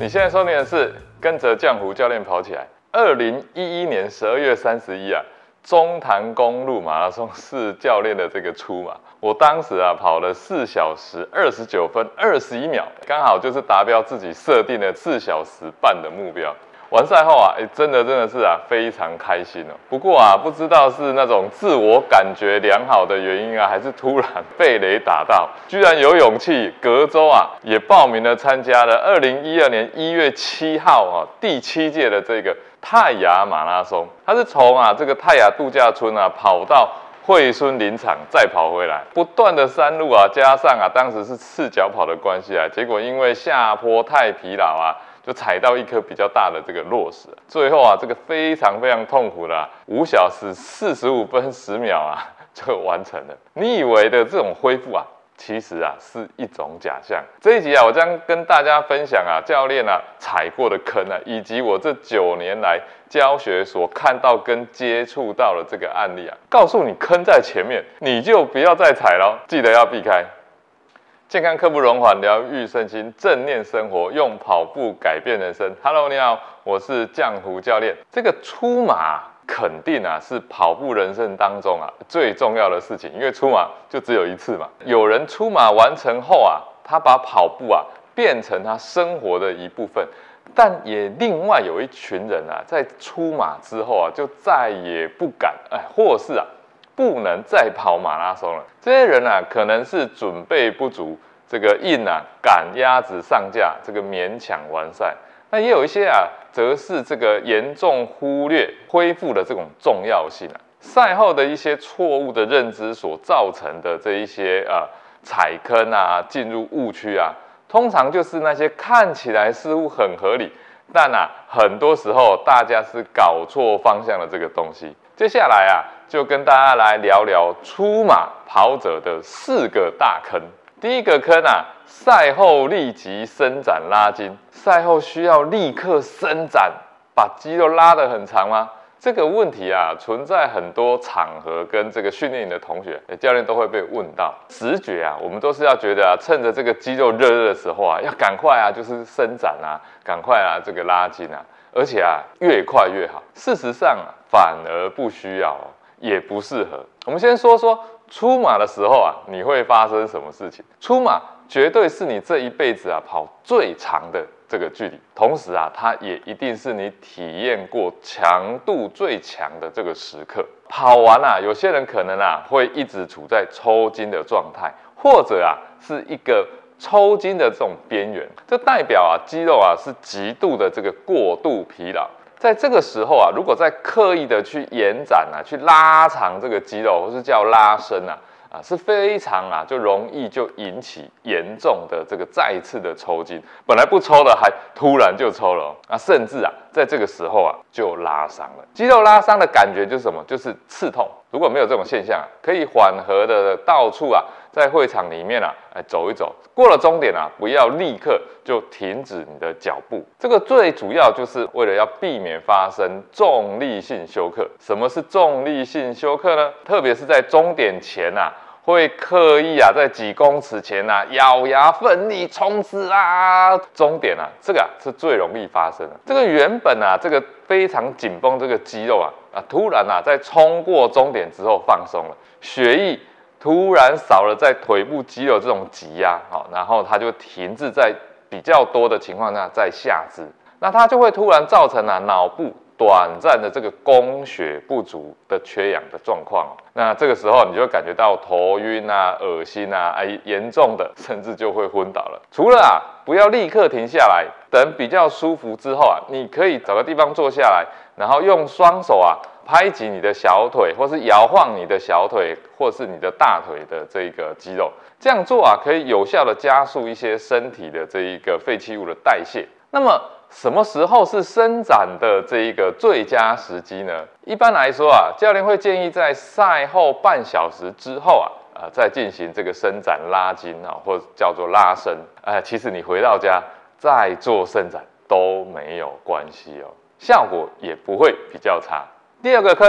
你现在收听的是跟着浆糊教练跑起来。2011年12月31啊，中潭公路马拉松是教练的这个出马。我当时啊跑了4小时29分21秒，刚好就是达标自己设定的4小时半的目标。完赛后啊，真的是啊，非常开心哦。不过啊，不知道是那种自我感觉良好的原因啊，还是突然被雷打到，居然有勇气隔周啊也报名了参加了2012年1月7号啊第7届的这个泰雅马拉松。它是从啊这个泰雅度假村啊跑到惠孙林场再跑回来，不断的山路啊，加上啊当时是赤脚跑的关系啊，结果因为下坡太疲劳啊。就踩到一颗比较大的这个落石，最后啊，这个非常痛苦的5小时45分10秒啊，就完成了。你以为的这种恢复啊，其实啊是一种假象。这一集啊，我将跟大家分享啊，教练啊踩过的坑啊，以及我这9年来教学所看到跟接触到的这个案例啊，告诉你坑在前面，你就不要再踩了，记得要避开。健康刻不容缓，疗愈身心，正念生活，用跑步改变人生。Hello， 你好，我是浆糊教练。这个出马肯定啊是跑步人生当中啊最重要的事情，因为出马就只有一次嘛。有人出马完成后啊，他把跑步啊变成他生活的一部分，但也另外有一群人啊，在出马之后啊，就再也不敢或是啊。不能再跑马拉松了。这些人啊，可能是准备不足，这个硬啊赶鸭子上架，这个勉强完赛。那也有一些啊，则是这个严重忽略恢复的这种重要性啊。赛后的一些错误的认知所造成的这一些踩坑啊，进入误区啊，通常就是那些看起来似乎很合理，但啊很多时候大家是搞错方向的这个东西。接下来啊，就跟大家来聊聊出马跑者的4个大坑。第一个坑啊，赛后立即伸展拉筋。赛后需要立刻伸展，把肌肉拉得很长吗？这个问题啊，存在很多场合跟这个训练营的同学、教练都会被问到。直觉啊，我们都是要觉得啊，趁着这个肌肉热的时候啊，要赶快啊，就是伸展啊，赶快啊，这个拉筋啊。而且啊，越快越好。事实上啊，反而不需要也不适合。我们先说说出马的时候啊，你会发生什么事情？出马绝对是你这一辈子啊跑最长的这个距离，同时啊，它也一定是你体验过强度最强的这个时刻。跑完啊，有些人可能啊会一直处在抽筋的状态，或者啊是一个抽筋的这种边缘，这代表啊肌肉啊是极度的这个过度疲劳。在这个时候啊，如果再刻意的去延展啊，去拉长这个肌肉，或是叫拉伸啊，是非常啊就容易就引起严重的这个再次的抽筋。本来不抽的，还突然就抽了甚至啊在这个时候啊就拉伤了。肌肉拉伤的感觉就是什么？就是刺痛。如果没有这种现象可以缓和的到处啊，在会场里面啊，走一走，过了终点啊，不要立刻就停止你的脚步。这个最主要就是为了要避免发生重力性休克。什么是重力性休克呢？特别是在终点前啊，会刻意啊，在几公尺前啊，咬牙奋力冲刺啊，终点啊，这个啊是最容易发生的。这个原本啊，这个非常紧绷这个肌肉啊，突然啊，在冲过终点之后放松了，血液突然少了在腿部肌肉这种挤压，然后它就停滞在比较多的情况下在下肢，那它就会突然造成脑部短暂的这个供血不足的缺氧的状况。那这个时候你就会感觉到头晕啊、恶心啊，严重的甚至就会昏倒了。除了不要立刻停下来，等比较舒服之后你可以找个地方坐下来，然后用双手拍击你的小腿，或是摇晃你的小腿，或是你的大腿的这个肌肉。这样做可以有效的加速一些身体的这一个废弃物的代谢。那么什么时候是伸展的这一个最佳时机呢？一般来说教练会建议在赛后半小时之后再进行这个伸展拉筋或者叫做拉伸。其实你回到家再做伸展都没有关系效果也不会比较差。第二个坑，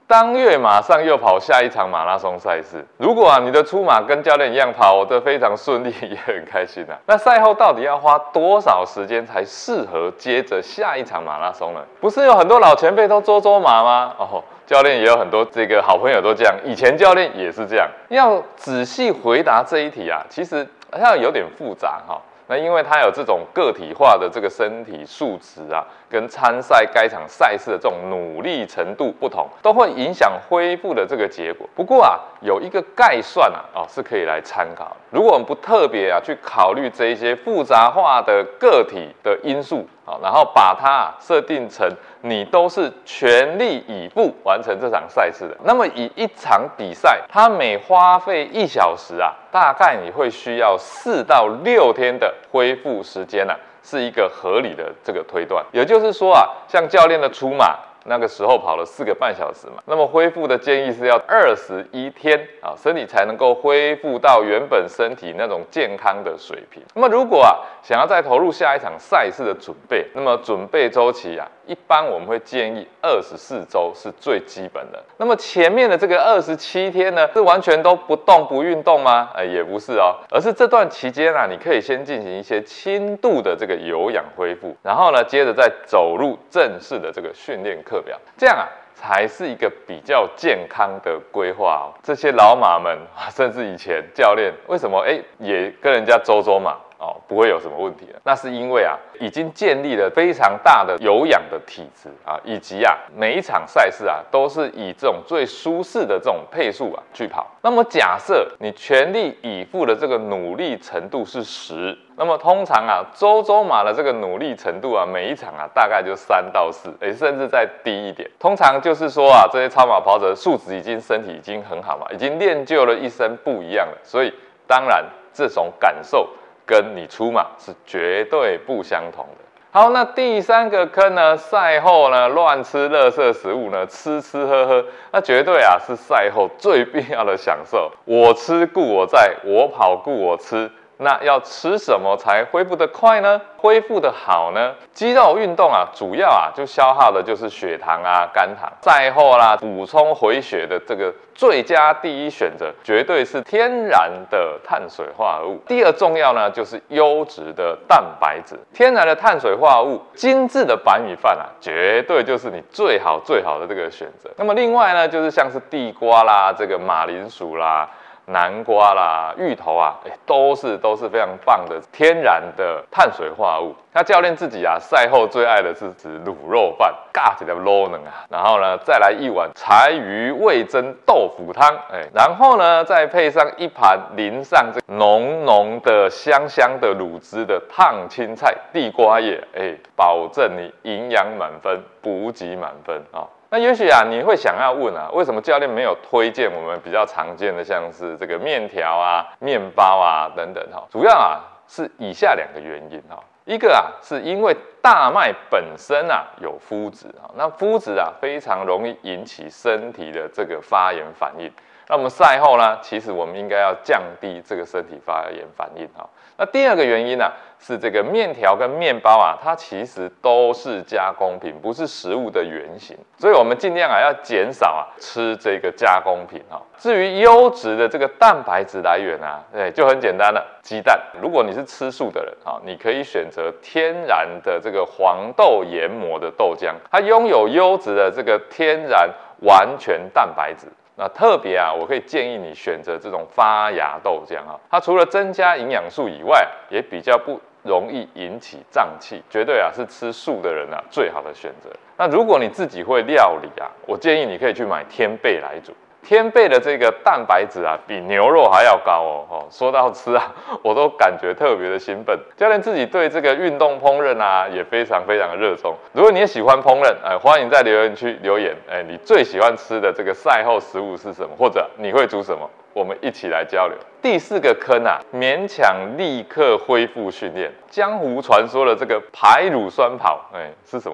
当月马上又跑下一场马拉松赛事。如果你的出马跟教练一样跑得非常顺利，也很开心啊。那赛后到底要花多少时间才适合接着下一场马拉松呢？不是有很多老前辈都周马吗？教练也有很多这个好朋友都这样，以前教练也是这样。要仔细回答这一题啊，其实它有点复杂哈。那因为它有这种个体化的这个身体素质啊，跟参赛该场赛事的这种努力程度不同，都会影响恢复的这个结果。不过有一个概算是可以来参考的。如果我们不特别去考虑这一些复杂化的个体的因素，然后把它设定成你都是全力以赴完成这场赛事的，那么以一场比赛，它每花费1小时大概你会需要4到6天的恢复时间是一个合理的这个推断。也就是说像教练的出马，那个时候跑了4个半小时嘛，那么恢复的建议是要21天身体才能够恢复到原本身体那种健康的水平。那么如果想要再投入下一场赛事的准备，那么准备周期一般我们会建议24周是最基本的。那么前面的这个27天呢，是完全都不动不运动吗？也不是而是这段期间你可以先进行一些轻度的这个有氧恢复，然后呢，接着再走入正式的这个训练课表，这样才是一个比较健康的规划这些老马们，甚至以前教练，为什么也跟人家周马？不会有什么问题了。那是因为已经建立了非常大的有氧的体质以及每一场赛事都是以这种最舒适的这种配速去跑。那么假设你全力以赴的这个努力程度是10，那么通常周马的这个努力程度每一场大概就3到4，甚至再低一点。通常就是说这些超马跑者素质身体已经很好嘛，已经练就了一身不一样了，所以当然这种感受跟你出马是绝对不相同的。好，那第3个坑呢，赛后呢乱吃垃圾食物呢，吃喝，那绝对是赛后最必要的享受。我吃故我在，我跑故我吃。那要吃什么才恢复得快呢？恢复得好呢？肌肉运动主要就消耗的就是血糖肝糖。赛后补充回血的这个最佳第一选择，绝对是天然的碳水化合物。第二重要呢，就是优质的蛋白质。天然的碳水化合物，精致的白米饭绝对就是你最好的这个选择。那么另外呢，就是像是地瓜啦、这个马铃薯啦、南瓜啦、芋头都是非常棒的天然的碳水化合物。那教练自己赛后最爱的是吃卤肉饭，嘎起来卤能然后呢再来一碗柴鱼味噌豆腐汤，然后呢再配上一盘淋上这浓浓的香的卤汁的烫青菜地瓜叶，保证你营养满分，补给满分那也许你会想要问为什么教练没有推荐我们比较常见的像是这个面条面包等等主要是以下2个原因一个是因为大麦本身有麸质那麸质非常容易引起身体的这个发炎反应。那我们赛后呢，其实我们应该要降低这个身体发炎反应那第2个原因是这个面条跟面包它其实都是加工品，不是食物的原型，所以我们尽量要减少吃这个加工品至于优质的这个蛋白质来源就很简单了，鸡蛋。如果你是吃素的人你可以选择天然的这个黄豆研磨的豆浆，它拥有优质的这个天然完全蛋白质。那特别我可以建议你选择这种发芽豆浆它除了增加营养素以外，也比较不容易引起胀气，绝对是吃素的人最好的选择。那如果你自己会料理我建议你可以去买天贝来煮。天贝的这个蛋白质比牛肉还要高说到吃我都感觉特别的兴奋。教练自己对这个运动烹饪也非常的热衷。如果你也喜欢烹饪欢迎在留言区留言你最喜欢吃的这个赛后食物是什么，或者你会煮什么，我们一起来交流。第4个坑勉强立刻恢复训练。江湖传说的这个排乳酸跑是什么吗？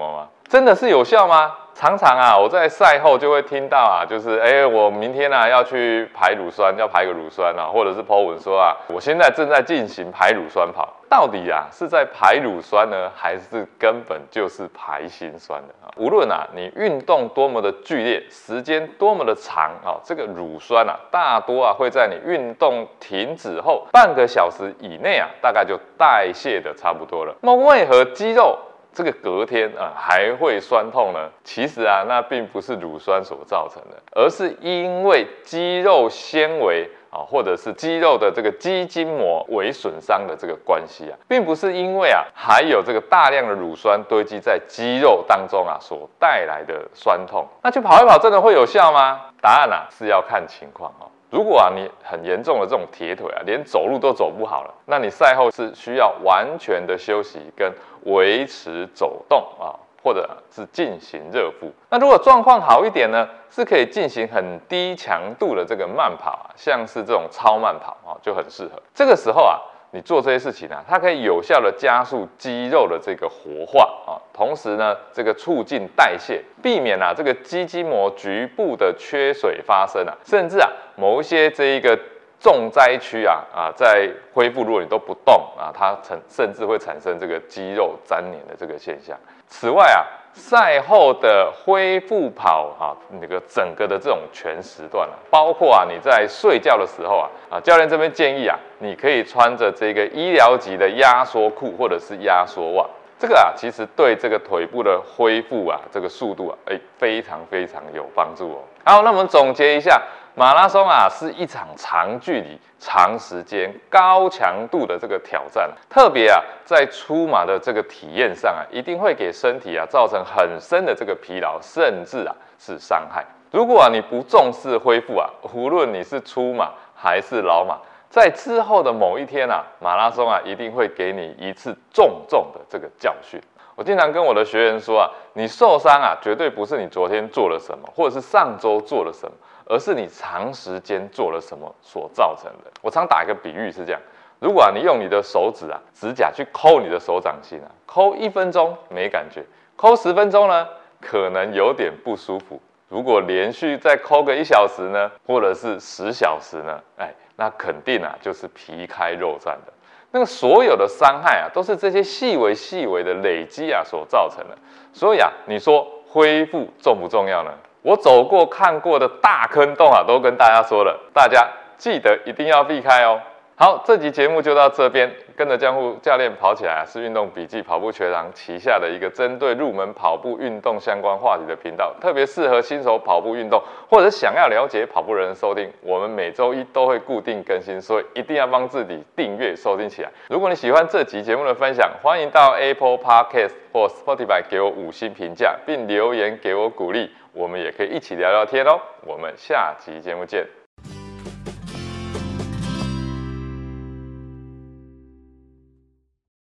真的是有效吗？常常啊，我在赛后就会听到啊，就是我明天啊要去排乳酸，要排个乳酸啊，或者是 po 文说啊，我现在正在进行排乳酸跑，到底啊是在排乳酸呢，还是根本就是排心酸的啊？无论啊你运动多么的剧烈，时间多么的长啊，这个乳酸啊大多啊会在你运动停止后半个小时以内啊，大概就代谢的差不多了。那么为何肌肉这个隔天还会酸痛呢？其实啊，那并不是乳酸所造成的，而是因为肌肉纤维或者是肌肉的这个肌筋膜微损伤的这个关系啊，并不是因为还有这个大量的乳酸堆积在肌肉当中所带来的酸痛。那去跑一跑真的会有效吗？答案是要看情况如果你很严重的这种铁腿连走路都走不好了，那你赛后是需要完全的休息跟维持走动或者是进行热敷。那如果状况好一点呢，是可以进行很低强度的这个慢跑像是这种超慢跑就很适合。这个时候你做这些事情它可以有效的加速肌肉的这个活化同时呢，这个促进代谢，避免这个肌筋膜局部的缺水发生甚至某一些这一个重灾区在恢复，如果你都不动它甚至会产生这个肌肉粘连的这个现象。此外赛后的恢复跑那个整个的这种全时段包括你在睡觉的时候教练这边建议你可以穿着这个医疗级的压缩裤或者是压缩袜。这个其实对这个腿部的恢复这个速度非常非常有帮助好，那我们总结一下，马拉松是一场长距离、长时间、高强度的这个挑战，特别在出马的这个体验上一定会给身体造成很深的这个疲劳，甚至是伤害。如果你不重视恢复无论你是初马还是老马，在之后的某一天马拉松一定会给你一次重重的这个教训。我经常跟我的学员说你受伤绝对不是你昨天做了什么，或者是上周做了什么，而是你长时间做了什么所造成的。我常打一个比喻是这样，如果你用你的手指指甲去抠你的手掌心抠1分钟没感觉，抠10分钟呢可能有点不舒服。如果连续再抠个1小时呢，或者是10小时呢，那肯定就是皮开肉绽的。那个所有的伤害都是这些细微的累积所造成的。所以你说恢复重不重要呢？我走过看过的大坑洞都跟大家说了，大家记得一定要避开哦。好，这集节目就到这边。跟着江户教练跑起来是运动笔记跑步学堂旗下的一个针对入门跑步运动相关话题的频道，特别适合新手跑步运动或者想要了解跑步人的收听。我们每周一都会固定更新，所以一定要帮自己订阅收听起来。如果你喜欢这集节目的分享，欢迎到 Apple Podcast 或 Spotify 给我5星评价，并留言给我鼓励，我们也可以一起聊聊天哦。我们下集节目见。